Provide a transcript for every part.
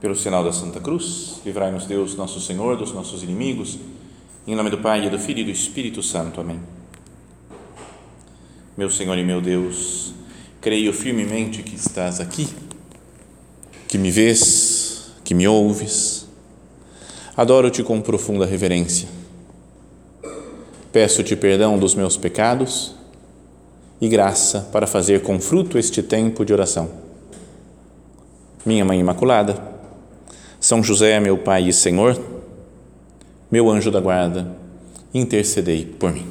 Pelo sinal da Santa Cruz, livrai-nos Deus, nosso Senhor, dos nossos inimigos, em nome do Pai, e do Filho e do Espírito Santo. Amém. Meu Senhor e meu Deus, creio firmemente que estás aqui, que me vês, que me ouves. Adoro-te com profunda reverência. Peço-te perdão dos meus pecados e graça para fazer com fruto este tempo de oração. Minha Mãe Imaculada, São José, meu Pai e Senhor, meu anjo da guarda, intercedei por mim.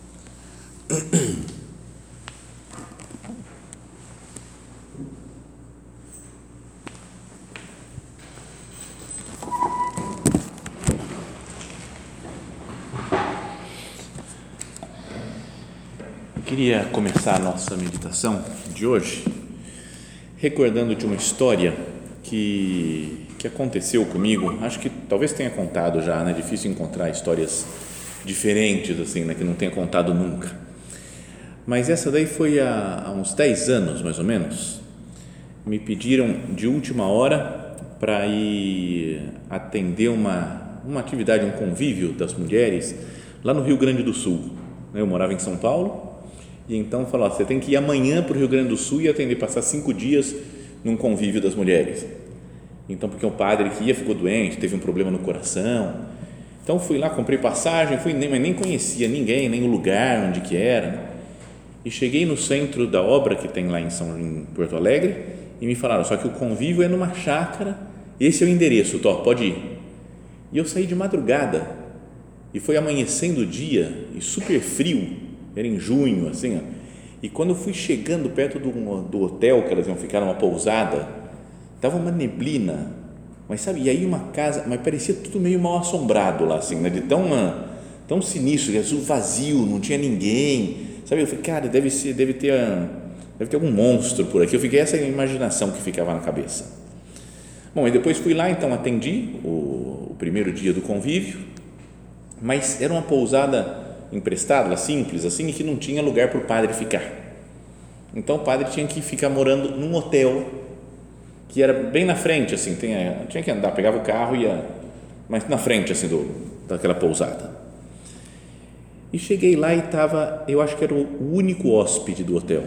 Eu queria começar a nossa meditação de hoje recordando de uma história que aconteceu comigo. Acho que talvez tenha contado já, né? É difícil encontrar histórias diferentes assim, né? Que não tenha contado nunca. Mas essa daí foi há uns 10 anos, mais ou menos. Me pediram de última hora para ir atender uma atividade, um convívio das mulheres lá no Rio Grande do Sul. Eu morava em São Paulo e então falou: você tem que ir amanhã para o Rio Grande do Sul e atender, passar 5 dias num convívio das mulheres. Então, porque o padre que ia ficou doente, teve um problema no coração. Então, fui lá, comprei passagem, mas nem conhecia ninguém, nem o lugar onde que era. E cheguei no centro da obra que tem lá em Porto Alegre e me falaram: só que o convívio é numa chácara, esse é o endereço, pode ir. E eu saí de madrugada e foi amanhecendo o dia e super frio, era em junho, assim, ó. E quando eu fui chegando perto do hotel que elas iam ficar, numa pousada, estava uma neblina, mas sabe, e aí uma casa, mas parecia tudo meio mal assombrado lá, assim, né, de tão sinistro, azul vazio, não tinha ninguém, sabe, eu falei, cara, deve ter algum monstro por aqui, eu fiquei essa imaginação que ficava na cabeça. Bom, e depois fui lá, então atendi o primeiro dia do convívio, mas era uma pousada emprestada, simples, assim, e que não tinha lugar para o padre ficar, então o padre tinha que ficar morando num hotel que era bem na frente, assim, tinha que andar, pegava o carro e ia, mas na frente, assim, daquela pousada. E cheguei lá e estava, eu acho que era o único hóspede do hotel,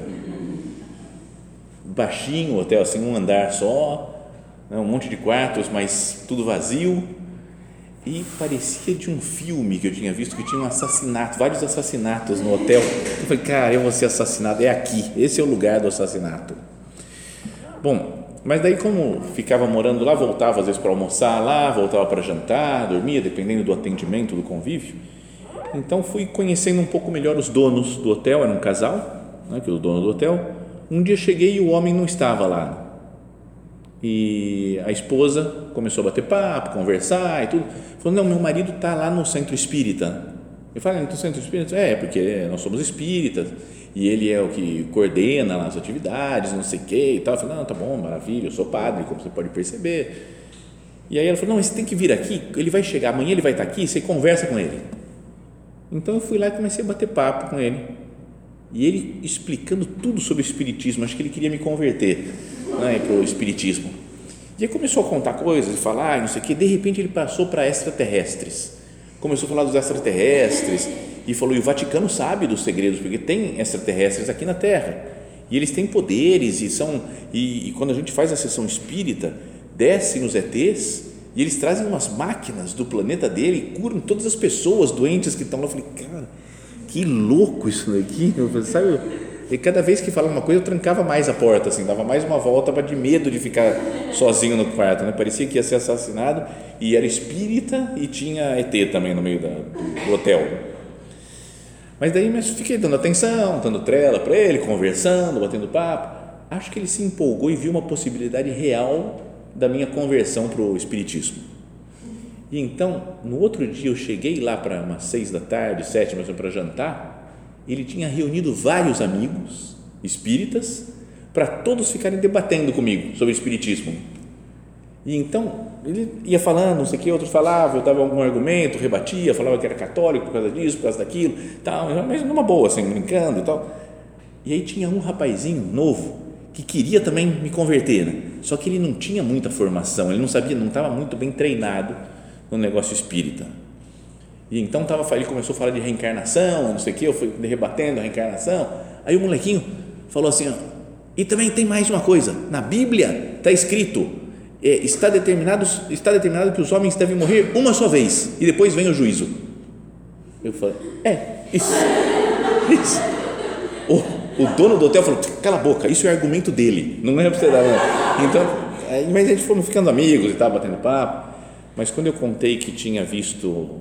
baixinho o hotel, assim, um andar só, né, um monte de quartos, mas tudo vazio, e parecia de um filme que eu tinha visto, que tinha um assassinato, vários assassinatos no hotel. Eu falei, cara, eu vou ser assassinado, é aqui, esse é o lugar do assassinato. Bom, mas daí, como ficava morando lá, voltava às vezes para almoçar lá, voltava para jantar, dormia, dependendo do atendimento, do convívio. Então fui conhecendo um pouco melhor os donos do hotel, era um casal, né, que é o dono do hotel. Um dia cheguei e o homem não estava lá, e a esposa começou a bater papo, conversar e tudo, falou: não, meu marido está lá no centro espírita. Eu falei: no centro espírita? Porque nós somos espíritas e ele é o que coordena lá as atividades, não sei o que e tal. Eu falei: não, tá bom, maravilha, eu sou padre, como você pode perceber. E aí ela falou: não, mas você tem que vir aqui, ele vai chegar, amanhã ele vai estar aqui, você conversa com ele. Então eu fui lá e comecei a bater papo com ele, e ele explicando tudo sobre o espiritismo. Acho que ele queria me converter, né, para o espiritismo. E aí começou a contar coisas e falar, não sei o que. De repente ele passou para extraterrestres, começou a falar dos extraterrestres e falou: e o Vaticano sabe dos segredos, porque tem extraterrestres aqui na Terra e eles têm poderes e quando a gente faz a sessão espírita, descem os ETs e eles trazem umas máquinas do planeta dele e curam todas as pessoas doentes que estão lá. Eu falei: cara, que louco isso daqui, sabe? E cada vez que falava uma coisa eu trancava mais a porta, assim, dava mais uma volta, de medo de ficar sozinho no quarto, né? Parecia que ia ser assassinado, e era espírita e tinha ET também no meio do hotel. Mas daí fiquei dando atenção, dando trela para ele, conversando, batendo papo. Acho que ele se empolgou e viu uma possibilidade real da minha conversão para o espiritismo. E então, no outro dia eu cheguei lá para umas 6 da tarde, 7, mais ou menos, para jantar. Ele tinha reunido vários amigos espíritas para todos ficarem debatendo comigo sobre o espiritismo. E então ele ia falando, não sei o que, outros falavam, eu dava algum argumento, rebatia, falava que era católico por causa disso, por causa daquilo, tal, mas numa boa, assim, brincando e tal. E aí tinha um rapazinho novo que queria também me converter, né? Só que ele não tinha muita formação, ele não sabia, não estava muito bem treinado no negócio espírita. E então ele começou a falar de reencarnação, não sei o que, eu fui rebatendo a reencarnação. Aí o molequinho falou assim, ó, e também tem mais uma coisa, na Bíblia está escrito, está determinado que os homens devem morrer uma só vez e depois vem o juízo. Eu falei, isso. O dono do hotel falou, cala a boca, isso é argumento dele, não é para você dar, não. Então, mas a gente foi ficando amigos e tal, batendo papo. Mas quando eu contei que tinha visto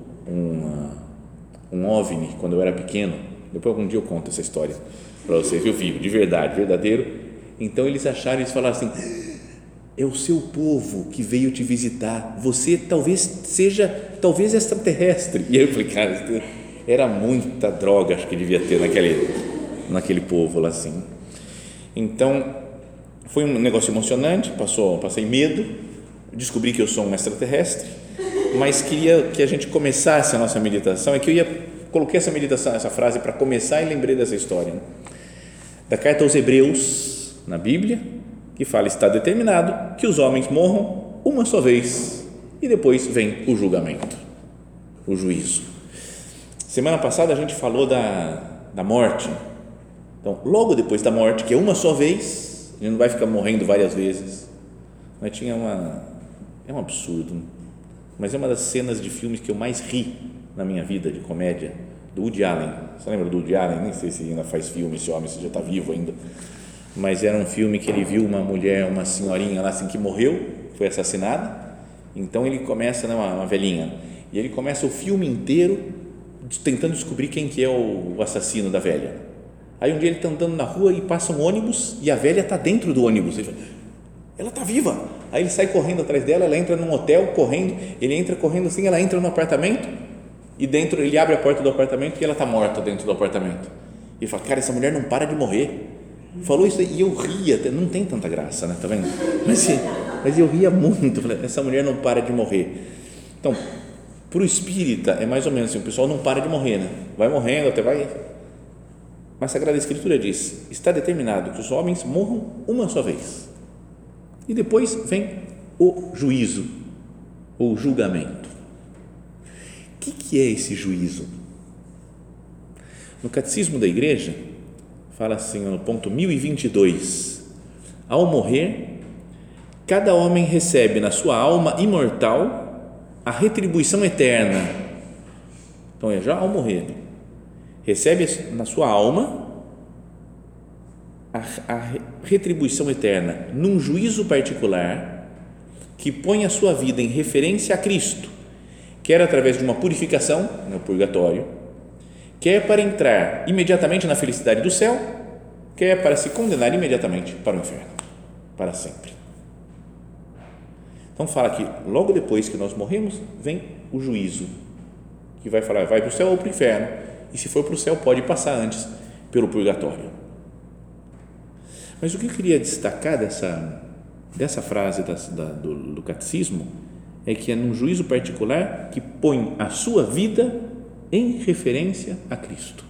um OVNI quando eu era pequeno, depois algum dia eu conto essa história para vocês, eu vi, de verdade, verdadeiro. Então eles falaram assim, é o seu povo que veio te visitar, você talvez extraterrestre. E aí eu falei, cara, era muita droga, acho que devia ter naquele povo lá assim. Então foi um negócio emocionante, passei medo, descobri que eu sou um extraterrestre, mas queria que a gente começasse a nossa meditação. É que coloquei essa meditação, essa frase para começar e lembrei dessa história, né? Da carta aos Hebreus na Bíblia, que fala, está determinado que os homens morram uma só vez e depois vem o julgamento, o juízo. Semana passada a gente falou da morte. Então, logo depois da morte, que é uma só vez, a gente não vai ficar morrendo várias vezes. Mas é um absurdo, mas é uma das cenas de filmes que eu mais ri na minha vida, de comédia, do Woody Allen. Você lembra do Woody Allen? Nem sei se ainda faz filme, esse homem, se já está vivo ainda. Mas era um filme que ele viu uma mulher, uma senhorinha lá assim que morreu, foi assassinada. Então ele começa, uma velhinha, e ele começa o filme inteiro tentando descobrir quem que é o assassino da velha. Aí um dia ele está andando na rua e passa um ônibus e a velha está dentro do ônibus. Ele fala, ela está viva. Aí ele sai correndo atrás dela, ela entra num hotel correndo, ele entra correndo assim, ela entra no apartamento e dentro ele abre a porta do apartamento e ela está morta dentro do apartamento. E ele fala, cara, essa mulher não para de morrer. Falou isso e eu ria, não tem tanta graça, né? Tá vendo? Mas eu ria muito, falei, essa mulher não para de morrer. Então, para o espírita é mais ou menos assim, o pessoal não para de morrer, né? Vai morrendo até vai. Mas a Sagrada Escritura diz, está determinado que os homens morram uma só vez e depois vem o juízo ou julgamento. O que é esse juízo? No Catecismo da Igreja fala assim, no ponto 1022, ao morrer, cada homem recebe na sua alma imortal a retribuição eterna. Então é já ao morrer, recebe na sua alma a retribuição eterna num juízo particular que põe a sua vida em referência a Cristo, quer através de uma purificação no purgatório, quer para entrar imediatamente na felicidade do céu, quer para se condenar imediatamente para o inferno, para sempre. Então fala que logo depois que nós morremos, vem o juízo, que vai falar, vai para o céu ou para o inferno, e se for para o céu pode passar antes pelo purgatório. Mas o que eu queria destacar dessa frase do catecismo é que é num juízo particular que põe a sua vida em referência a Cristo.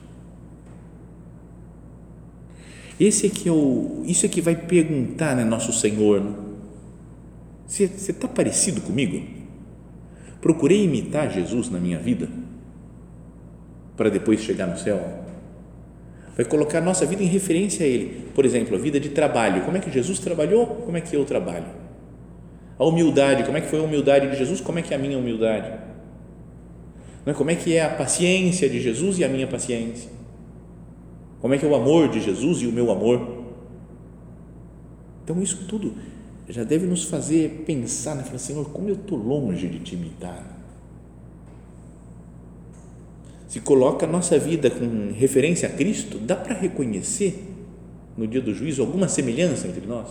Isso é que vai perguntar, né, nosso Senhor, você está parecido comigo? Procurei imitar Jesus na minha vida para depois chegar no céu? Vai colocar a nossa vida em referência a Ele. Por exemplo, a vida de trabalho, como é que Jesus trabalhou, como é que eu trabalho? A humildade, como é que foi a humildade de Jesus, como é que é a minha humildade? Como é que é a paciência de Jesus e a minha paciência? Como é que é o amor de Jesus e o meu amor? Então isso tudo já deve nos fazer pensar, né? Falar, Senhor, como eu estou longe de te imitar. Se coloca a nossa vida com referência a Cristo, dá para reconhecer no dia do juízo alguma semelhança entre nós?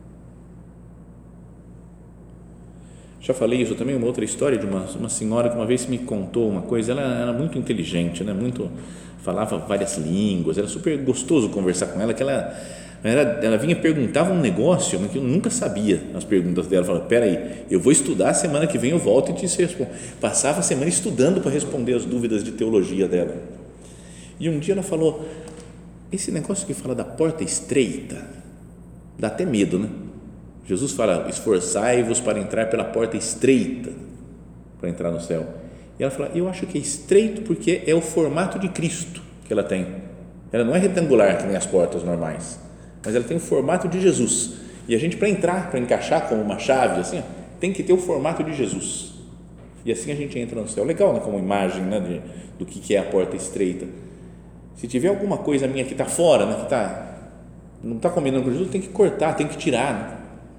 Já falei isso também, uma outra história de uma senhora que uma vez me contou uma coisa. Ela era muito inteligente, né? Falava várias línguas, era super gostoso conversar com ela, que ela vinha, perguntava um negócio que eu nunca sabia as perguntas dela. Falava, peraí, eu vou estudar, semana que vem eu volto e te respondo. Passava a semana estudando para responder as dúvidas de teologia dela. E um dia ela falou, esse negócio que fala da porta estreita, dá até medo, né? Jesus fala, esforçai-vos para entrar pela porta estreita, para entrar no céu. E ela fala, eu acho que é estreito porque é o formato de Cristo que ela tem. Ela não é retangular que nem as portas normais, mas ela tem o formato de Jesus. E a gente, para entrar, para encaixar como uma chave, assim, tem que ter o formato de Jesus. E assim a gente entra no céu. Legal, né? Como imagem, né? Do que é a porta estreita. Se tiver alguma coisa minha que está fora, né? Que não está combinando com Jesus, tem que cortar, tem que tirar, né?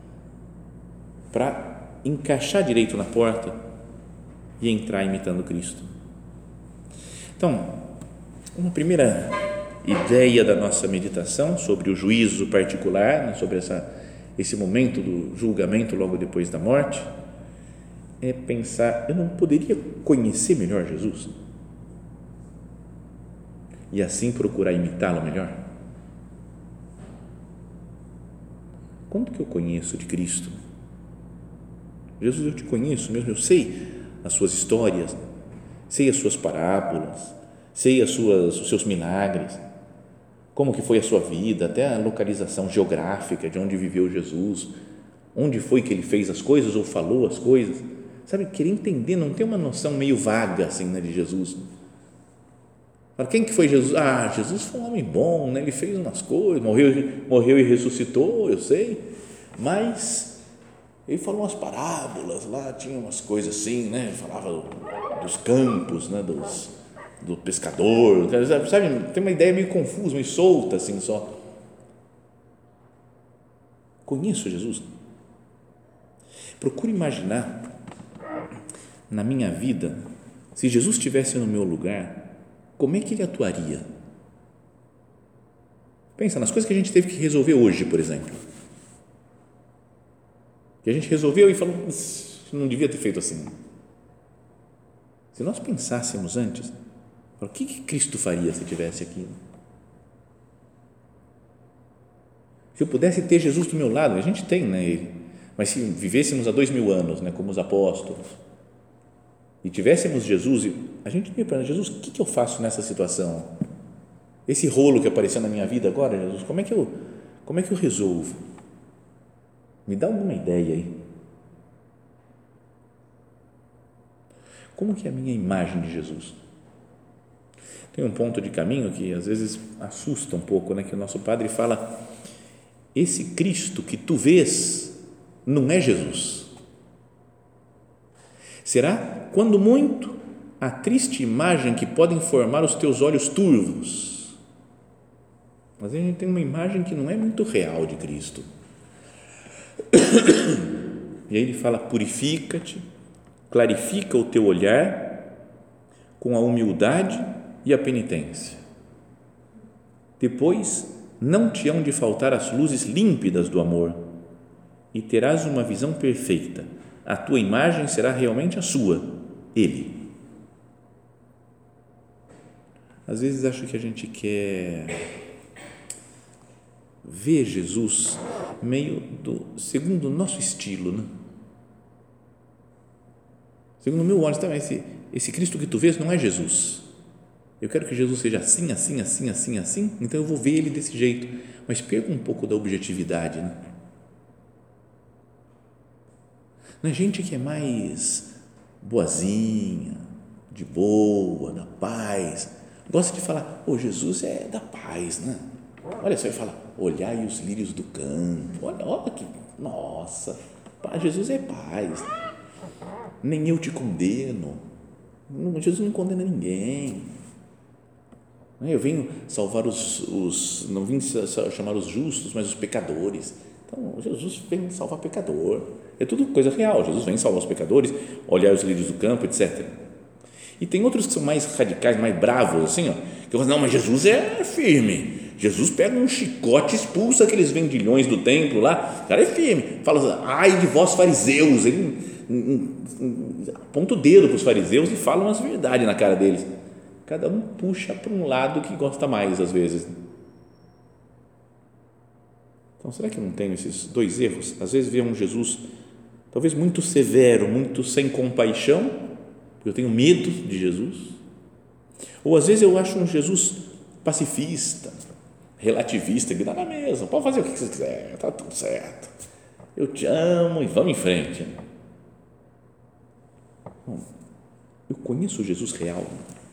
Para encaixar direito na porta e entrar imitando Cristo. Então, uma primeira ideia da nossa meditação sobre o juízo particular, né, sobre esse momento do julgamento logo depois da morte, é pensar, eu não poderia conhecer melhor Jesus? E assim procurar imitá-lo melhor? Quanto que eu conheço de Cristo? Jesus, eu te conheço mesmo, eu sei as suas histórias, sei as suas parábolas, sei os seus milagres, como que foi a sua vida, até a localização geográfica de onde viveu Jesus, onde foi que ele fez as coisas ou falou as coisas, sabe, querer entender, não ter uma noção meio vaga assim, né, de Jesus. Quem que foi Jesus? Jesus foi um homem bom, né? Ele fez umas coisas, morreu e ressuscitou, eu sei, mas ele falou umas parábolas lá, tinha umas coisas assim, né? Falava dos campos, né? Do pescador, sabe? Tem uma ideia meio confusa, meio solta assim só. Conheço Jesus? Procure imaginar na minha vida, se Jesus estivesse no meu lugar, como é que ele atuaria? Pensa nas coisas que a gente teve que resolver hoje, por exemplo. Que a gente resolveu e falou, não devia ter feito assim. Se nós pensássemos antes, o que Cristo faria se estivesse aqui? Se eu pudesse ter Jesus do meu lado, a gente tem, né, ele, mas se vivêssemos há 2000 anos, né, como os apóstolos, e tivéssemos Jesus, a gente ia para Jesus, o que eu faço nessa situação? Esse rolo que apareceu na minha vida agora, Jesus, como é que eu resolvo? Me dá alguma ideia aí. Como que é a minha imagem de Jesus? Tem um ponto de caminho que às vezes assusta um pouco, né? Que o nosso padre fala, esse Cristo que tu vês não é Jesus. Será, quando muito, a triste imagem que podem formar os teus olhos turvos. Mas a gente tem uma imagem que não é muito real de Cristo. E aí ele fala, purifica-te, clarifica o teu olhar com a humildade e a penitência. Depois, não te hão de faltar as luzes límpidas do amor e terás uma visão perfeita. A tua imagem será realmente a sua, Ele. Às vezes acho que a gente quer ver Jesus meio segundo o nosso estilo, né? Segundo o meu olhos também, esse Cristo que tu vês não é Jesus. Eu quero que Jesus seja assim, assim, assim, assim, assim, então eu vou ver ele desse jeito, mas perca um pouco da objetividade, né? Não é gente que é mais boazinha, de boa, da paz, gosta de falar, Jesus é da paz, né? Olha só, ele fala, olhai os lírios do campo, olha que, nossa, Jesus é paz, nem eu te condeno, Jesus não condena ninguém, eu venho salvar não vim chamar os justos, mas os pecadores. Então Jesus vem salvar pecador, é tudo coisa real, Jesus vem salvar os pecadores, olhar os lírios do campo, etc. E tem outros que são mais radicais, mais bravos assim, que falam, não, mas Jesus é firme, Jesus pega um chicote e expulsa aqueles vendilhões do templo lá, o cara é firme, fala, ai de vós fariseus, ele aponta o dedo para os fariseus e fala umas verdades na cara deles, cada um puxa para um lado que gosta mais às vezes. Então será que eu não tenho esses dois erros? Às vezes vê um Jesus talvez muito severo, muito sem compaixão, porque eu tenho medo de Jesus, ou às vezes eu acho um Jesus pacifista, relativista, que dá na mesma, pode fazer o que você quiser, está tudo certo, eu te amo e vamos em frente. Bom, eu conheço o Jesus real.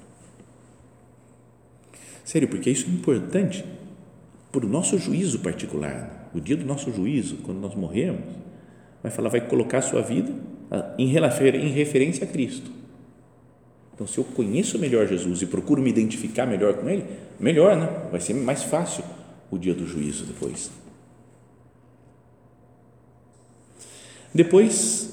Sério, porque isso é importante para o nosso juízo particular. O dia do nosso juízo, quando nós morrermos, vai colocar a sua vida em referência a Cristo. Então, se eu conheço melhor Jesus e procuro me identificar melhor com Ele, melhor, né? Vai ser mais fácil o dia do juízo depois. Depois,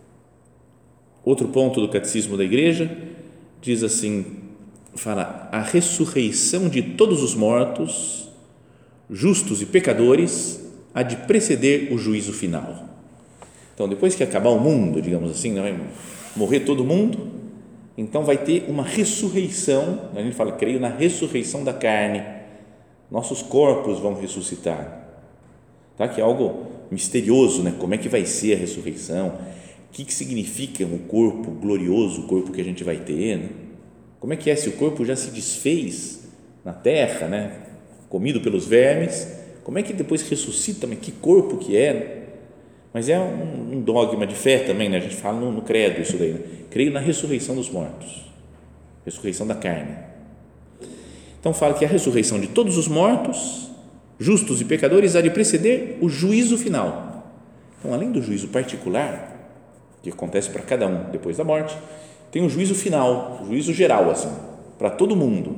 outro ponto do Catecismo da Igreja diz assim, fala, a ressurreição de todos os mortos, justos e pecadores, há de preceder o juízo final. Então, depois que acabar o mundo, digamos assim, vai morrer todo mundo, então vai ter uma ressurreição, a gente fala, creio na ressurreição da carne, nossos corpos vão ressuscitar, tá? Que é algo misterioso, né? Como é que vai ser a ressurreição, o que significa o corpo glorioso, o corpo que a gente vai ter, né? Como é que é se o corpo já se desfez na terra, né? Comido pelos vermes, como é que depois ressuscita, mas que corpo que é, né? Mas é um dogma de fé também, né? A gente fala no credo isso daí, né? Creio na ressurreição dos mortos, ressurreição da carne. Então fala que a ressurreição de todos os mortos, justos e pecadores, há de preceder o juízo final. Então, além do juízo particular, que acontece para cada um depois da morte, tem o juízo final, o juízo geral, assim, para todo mundo.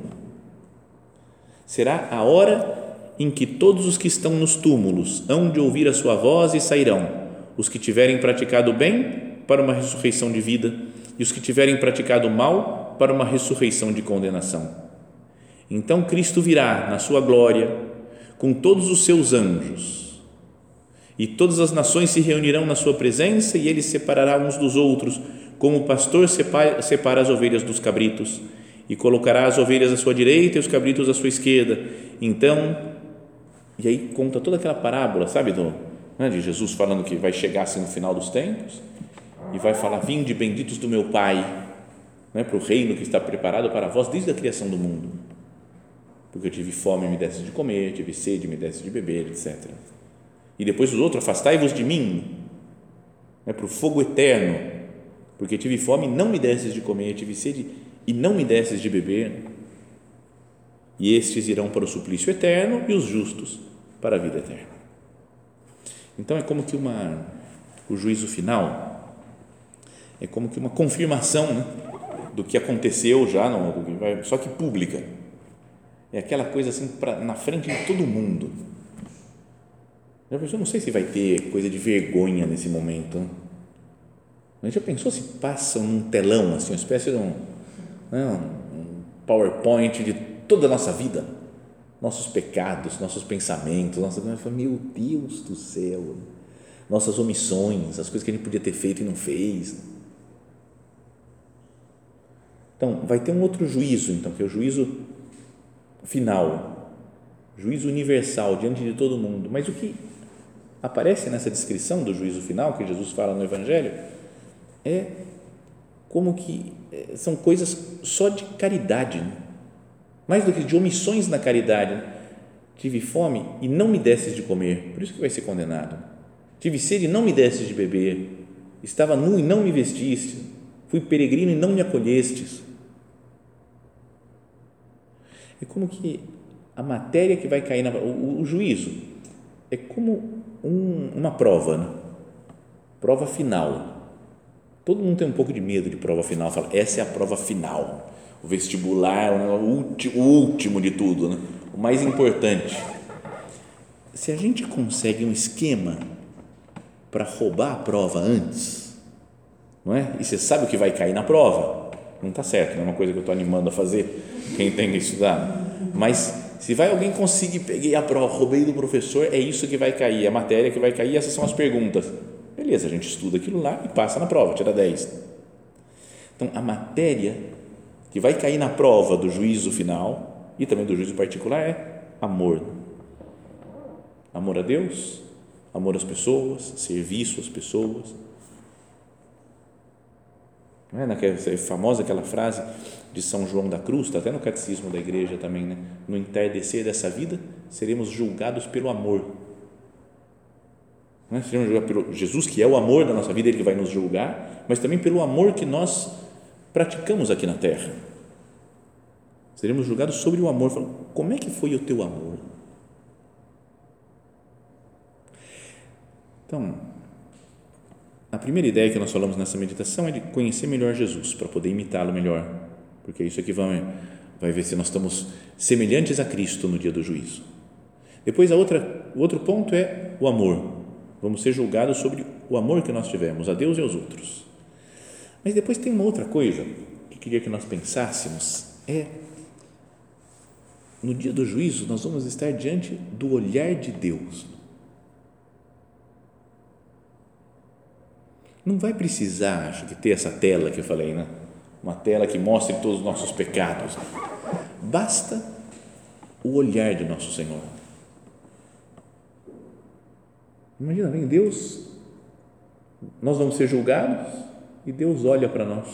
Será a hora em que todos os que estão nos túmulos hão de ouvir a sua voz e sairão, os que tiverem praticado o bem para uma ressurreição de vida e os que tiverem praticado o mal para uma ressurreição de condenação. Então Cristo virá na sua glória com todos os seus anjos e todas as nações se reunirão na sua presença e ele separará uns dos outros, como o pastor separa as ovelhas dos cabritos, e colocará as ovelhas à sua direita e os cabritos à sua esquerda. Então, e aí conta toda aquela parábola, sabe, de Jesus falando que vai chegar assim no final dos tempos e vai falar, vinde benditos do meu Pai, né, para o reino que está preparado para vós desde a criação do mundo, porque eu tive fome e me desse de comer, tive sede e me desse de beber, etc. E depois os outros, afastai-vos de mim, né, para o fogo eterno, porque tive fome e não me desses de comer, tive sede e não me desses de beber, e estes irão para o suplício eterno e os justos para a vida eterna. Então é como que o juízo final é como que uma confirmação, né, do que aconteceu já, só que pública. É aquela coisa assim na frente de todo mundo. Eu não sei se vai ter coisa de vergonha nesse momento. Mas já pensou se passa num telão, assim, uma espécie de um PowerPoint de toda a nossa vida, nossos pecados, nossos pensamentos, meu Deus do céu, nossas omissões, as coisas que a gente podia ter feito e não fez. Então, vai ter um outro juízo, então, que é o juízo final, juízo universal diante de todo mundo. Mas o que aparece nessa descrição do juízo final que Jesus fala no Evangelho é como que são coisas só de caridade, né? Mais do que de omissões na caridade, né? Tive fome e não me desses de comer, por isso que vai ser condenado. Tive sede e não me desses de beber, estava nu e não me vestiste, fui peregrino e não me acolhestes. É como que a matéria que vai cair o juízo é como uma prova, né? Prova final. Todo mundo tem um pouco de medo de prova final, fala, essa é a prova final, o vestibular, o último de tudo, né? O mais importante. Se a gente consegue um esquema para roubar a prova antes, não é? E você sabe o que vai cair na prova, não está certo, não é uma coisa que eu estou animando a fazer, quem tem que estudar, mas se vai alguém conseguir, peguei a prova, roubei do professor, é isso que vai cair, a matéria que vai cair, essas são as perguntas. Beleza, a gente estuda aquilo lá e passa na prova, tira 10. Então, a matéria que vai cair na prova do juízo final e também do juízo particular é amor. Amor a Deus, amor às pessoas, serviço às pessoas. Não é famosa aquela frase de São João da Cruz, está até no catecismo da igreja também, né? No entardecer dessa vida, seremos julgados pelo amor. Não é? Seremos julgados pelo Jesus, que é o amor da nossa vida, Ele que vai nos julgar, mas também pelo amor que nós praticamos aqui na terra. Seremos julgados sobre o amor. Como é que foi o teu amor? Então, a primeira ideia que nós falamos nessa meditação é de conhecer melhor Jesus, para poder imitá-lo melhor, porque é isso aqui vai ver se nós estamos semelhantes a Cristo no dia do juízo. Depois, o outro ponto é o amor. Vamos ser julgados sobre o amor que nós tivemos a Deus e aos outros. Mas depois tem uma outra coisa que queria que nós pensássemos, no dia do juízo nós vamos estar diante do olhar de Deus. Não vai precisar, acho que, ter essa tela que eu falei, né? Uma tela que mostre todos os nossos pecados. Basta o olhar de nosso Senhor. Imagina bem, Deus, nós vamos ser julgados e Deus olha para nós.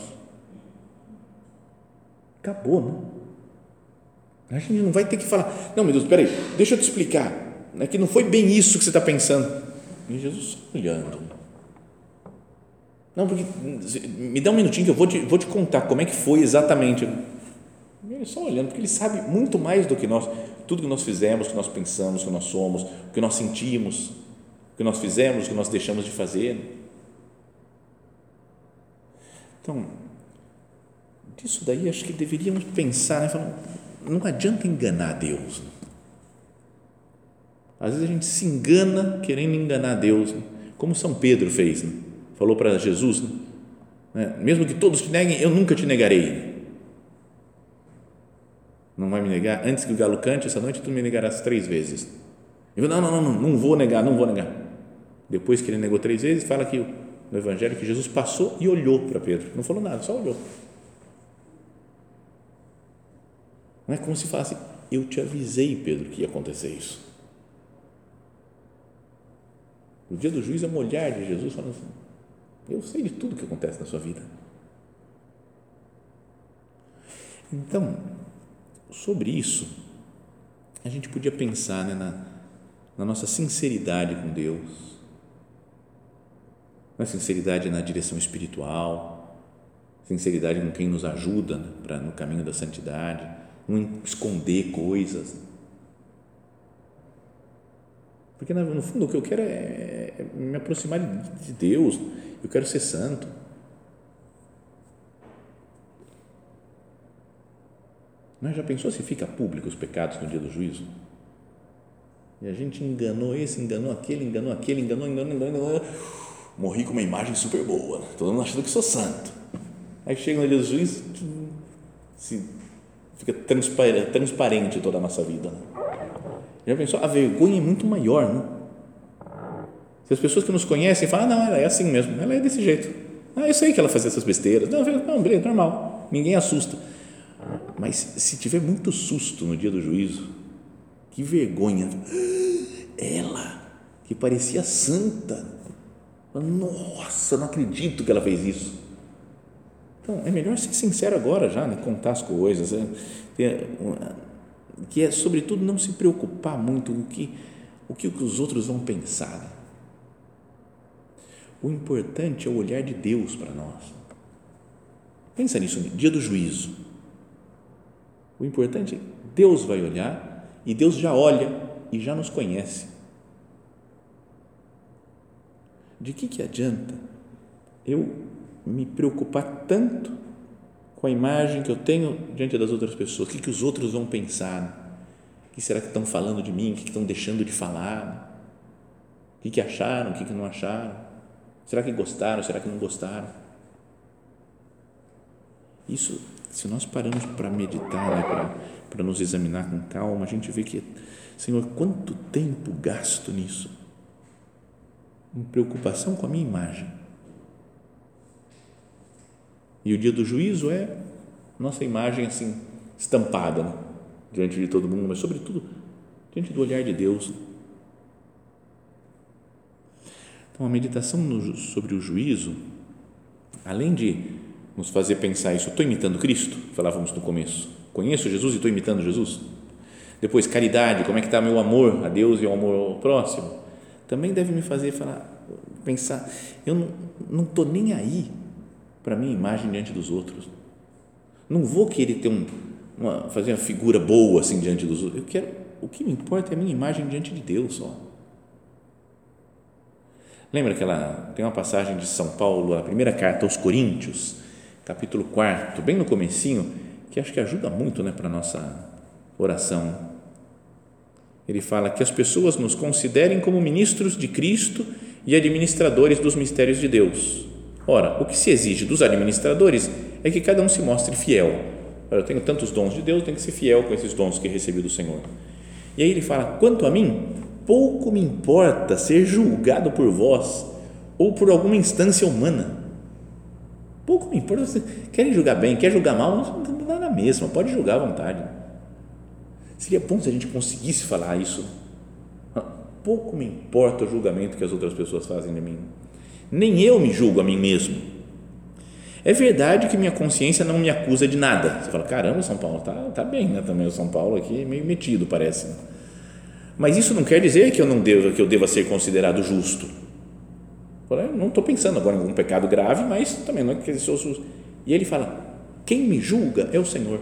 Acabou, né? A gente não vai ter que falar, não, meu Deus, espera aí, deixa eu te explicar, é que não foi bem isso que você está pensando. E Jesus olhando. Não, porque me dá um minutinho que eu vou te contar como é que foi exatamente. Ele só olhando, porque Ele sabe muito mais do que nós, tudo que nós fizemos, o que nós pensamos, o que nós somos, o que nós sentimos, o que nós fizemos, o que nós deixamos de fazer. Então, disso daí acho que deveríamos pensar, né? Falar, não adianta enganar Deus. Às vezes a gente se engana querendo enganar Deus, né? Como São Pedro fez, né? Falou para Jesus, né? Mesmo que todos te neguem, eu nunca te negarei. Não vai me negar? Antes que o galo cante essa noite, tu me negarás 3 vezes. Eu não vou negar. Depois que ele negou 3 vezes, fala aqui no Evangelho que Jesus passou e olhou para Pedro. Não falou nada, só olhou. Não é como se falasse, eu te avisei, Pedro, que ia acontecer isso. No dia do juízo é um olhar de Jesus falando assim, eu sei de tudo que acontece na sua vida. Então, sobre isso, a gente podia pensar, né, na nossa sinceridade com Deus, na sinceridade na direção espiritual, sinceridade com quem nos ajuda, né, no caminho da santidade, não esconder coisas. Porque, no fundo, o que eu quero é me aproximar de Deus, eu quero ser santo. Mas já pensou se fica público os pecados no dia do juízo? E a gente enganou esse, enganou aquele, enganou, morri com uma imagem super boa, né? Todo mundo achando que sou santo. Aí chega no dia do juízo, fica transparente toda a nossa vida, né? Já pensou? A vergonha é muito maior, né? Se as pessoas que nos conhecem falam, não, ela é assim mesmo, ela é desse jeito. Eu sei que ela fazia essas besteiras. Não, beleza, normal, ninguém assusta. Mas se tiver muito susto no dia do juízo, que vergonha. Ela, que parecia santa, nossa, não acredito que ela fez isso. Então, é melhor ser sincero agora já, né? Contar as coisas, né? Que é, sobretudo, não se preocupar muito com o que os outros vão pensar. O importante é o olhar de Deus para nós. Pensa nisso, dia do juízo. O importante é Deus vai olhar e Deus já olha e já nos conhece. De que adianta eu me preocupar tanto com a imagem que eu tenho diante das outras pessoas? O que os outros vão pensar? O que será que estão falando de mim? O que estão deixando de falar? O que acharam? O que não acharam? Será que gostaram? Será que não gostaram? Isso, se nós paramos para meditar, né, para nos examinar com calma, a gente vê que, Senhor, quanto tempo gasto nisso? Em preocupação com a minha imagem. E o dia do juízo é nossa imagem assim, estampada, né, diante de todo mundo, mas sobretudo diante do olhar de Deus. Então, a meditação sobre o juízo, além de nos fazer pensar isso. Estou imitando Cristo? Falávamos no começo. Conheço Jesus e estou imitando Jesus? Depois, caridade, como é que está meu amor a Deus e ao amor ao próximo? Também deve me fazer pensar, eu não estou nem aí para a minha imagem diante dos outros. Não vou querer ter fazer uma figura boa assim diante dos outros. O que me importa é a minha imagem diante de Deus só. Lembra tem uma passagem de São Paulo, a primeira carta aos Coríntios, capítulo 4, bem no comecinho, que acho que ajuda muito, né, para a nossa oração. Ele fala que as pessoas nos considerem como ministros de Cristo e administradores dos mistérios de Deus. Ora, o que se exige dos administradores é que cada um se mostre fiel. Eu tenho tantos dons de Deus, tenho que ser fiel com esses dons que recebi do Senhor. E aí ele fala, quanto a mim, pouco me importa ser julgado por vós ou por alguma instância humana. Pouco me importa, vocês querem julgar bem, quer julgar mal, não dá na mesma, pode julgar à vontade. Seria bom se a gente conseguisse falar isso. Pouco me importa o julgamento que as outras pessoas fazem de mim. Nem eu me julgo a mim mesmo. É verdade que minha consciência não me acusa de nada. Você fala, caramba, São Paulo tá bem, né? Também o São Paulo aqui meio metido, parece. Mas isso não quer dizer que eu deva ser considerado justo. Eu não estou pensando agora em algum pecado grave, mas também não é que eu sou justo. E ele fala, quem me julga é o Senhor.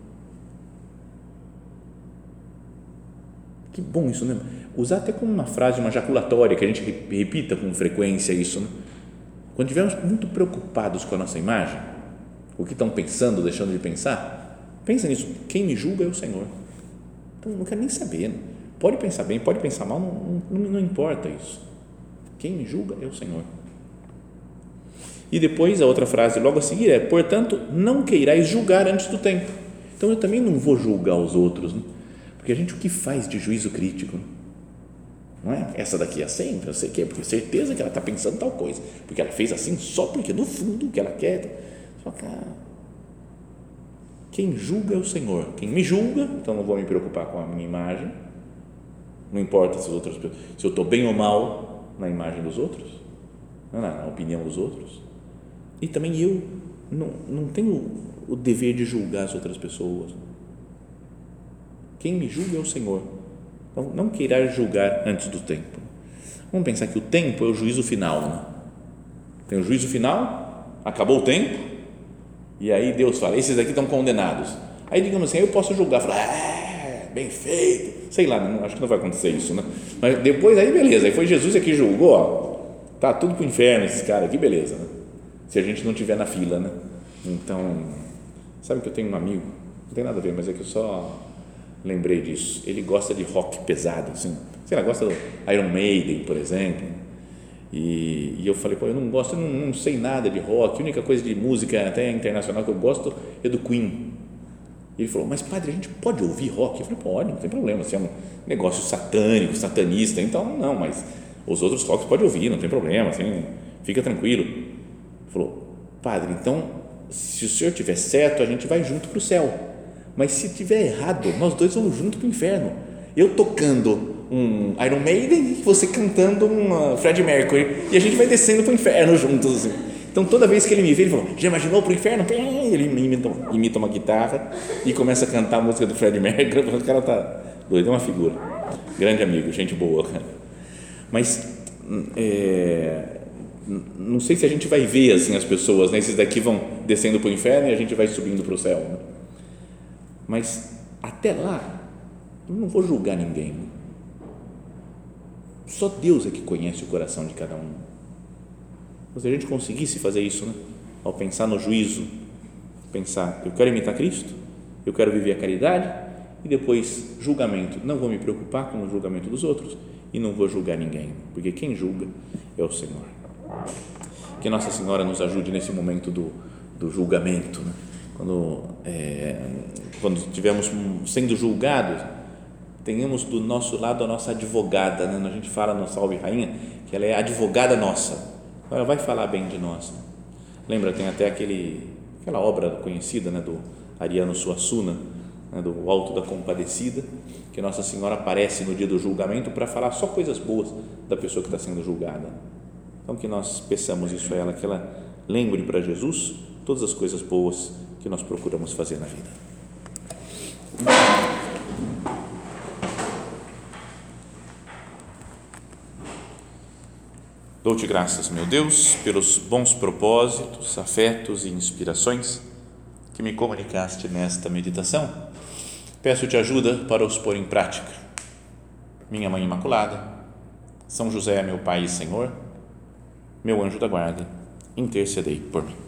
Que bom isso, né? Usar até como uma frase, uma jaculatória, que a gente repita com frequência isso, né? Quando estivermos muito preocupados com a nossa imagem, o que estão pensando, deixando de pensar, pensa nisso, quem me julga é o Senhor. Então, não quero nem saber, né? Pode pensar bem, pode pensar mal, não importa isso. Quem me julga é o Senhor. E depois a outra frase logo a seguir é, portanto, não queirais julgar antes do tempo. Então, eu também não vou julgar os outros, né? Porque a gente o que faz de juízo crítico? Não é? Essa daqui é assim, eu sei que é, porque certeza que ela está pensando tal coisa, porque ela fez assim só porque no fundo o que ela quer. Só que quem julga é o Senhor. Quem me julga, então não vou me preocupar com a minha imagem, não importa se eu estou bem ou mal na imagem dos outros, na opinião dos outros. E também eu não tenho o dever de julgar as outras pessoas. Quem me julga é o Senhor. Então, não queira julgar antes do tempo. Vamos pensar que o tempo é o juízo final, né? Tem o juízo final, acabou o tempo, e aí Deus fala, esses aqui estão condenados. Aí, digamos assim, eu posso julgar, falar, bem feito, sei lá, acho que não vai acontecer isso, né? Mas depois, aí beleza, aí foi Jesus que julgou, ó, tá tudo para o inferno esses caras aqui, beleza, né? Se a gente não estiver na fila, né? Então, sabe que eu tenho um amigo, não tem nada a ver, mas é que eu só lembrei disso, ele gosta de rock pesado, assim, sei lá, gosta do Iron Maiden, por exemplo, e eu falei, eu não gosto, eu não sei nada de rock, a única coisa de música até internacional que eu gosto é do Queen. E ele falou, mas padre, a gente pode ouvir rock? Eu falei, pode, não tem problema, se é um negócio satânico, satanista, então não, mas os outros rocks pode ouvir, não tem problema, assim, fica tranquilo. Ele falou, padre, então se o senhor tiver certo, a gente vai junto para o céu. Mas se tiver errado, nós dois vamos junto para o inferno. Eu tocando um Iron Maiden e você cantando um Freddie Mercury. E a gente vai descendo para o inferno juntos. Assim. Então, toda vez que ele me vê, ele fala, já imaginou para o inferno? Ele imita uma guitarra e começa a cantar a música do Freddie Mercury. O cara está doido, é uma figura. Grande amigo, gente boa. Mas, não sei se a gente vai ver assim, as pessoas, né? Esses daqui vão descendo para o inferno e a gente vai subindo para o céu. Né? Mas até lá eu não vou julgar ninguém, só Deus é que conhece o coração de cada um. Se a gente conseguisse fazer isso, né? Ao pensar no juízo, pensar, eu quero imitar Cristo, eu quero viver a caridade e depois julgamento, não vou me preocupar com o julgamento dos outros e não vou julgar ninguém, porque quem julga é o Senhor. Que Nossa Senhora nos ajude nesse momento do julgamento, né? Quando estivermos sendo julgados, tenhamos do nosso lado a nossa advogada, né? A gente fala no Salve Rainha que ela é a advogada nossa, ela vai falar bem de nós, né? Lembra, tem até aquela obra conhecida, né, do Ariano Suassuna, né, do Alto da Compadecida, que Nossa Senhora aparece no dia do julgamento para falar só coisas boas da pessoa que está sendo julgada. Então que nós peçamos isso a ela, que ela lembre para Jesus todas as coisas boas que nós procuramos fazer na vida. Dou-te graças, meu Deus, pelos bons propósitos, afetos e inspirações que me comunicaste nesta meditação. Peço-te ajuda para os pôr em prática. Minha Mãe Imaculada, São José, meu Pai e Senhor, meu anjo da guarda, intercedei por mim.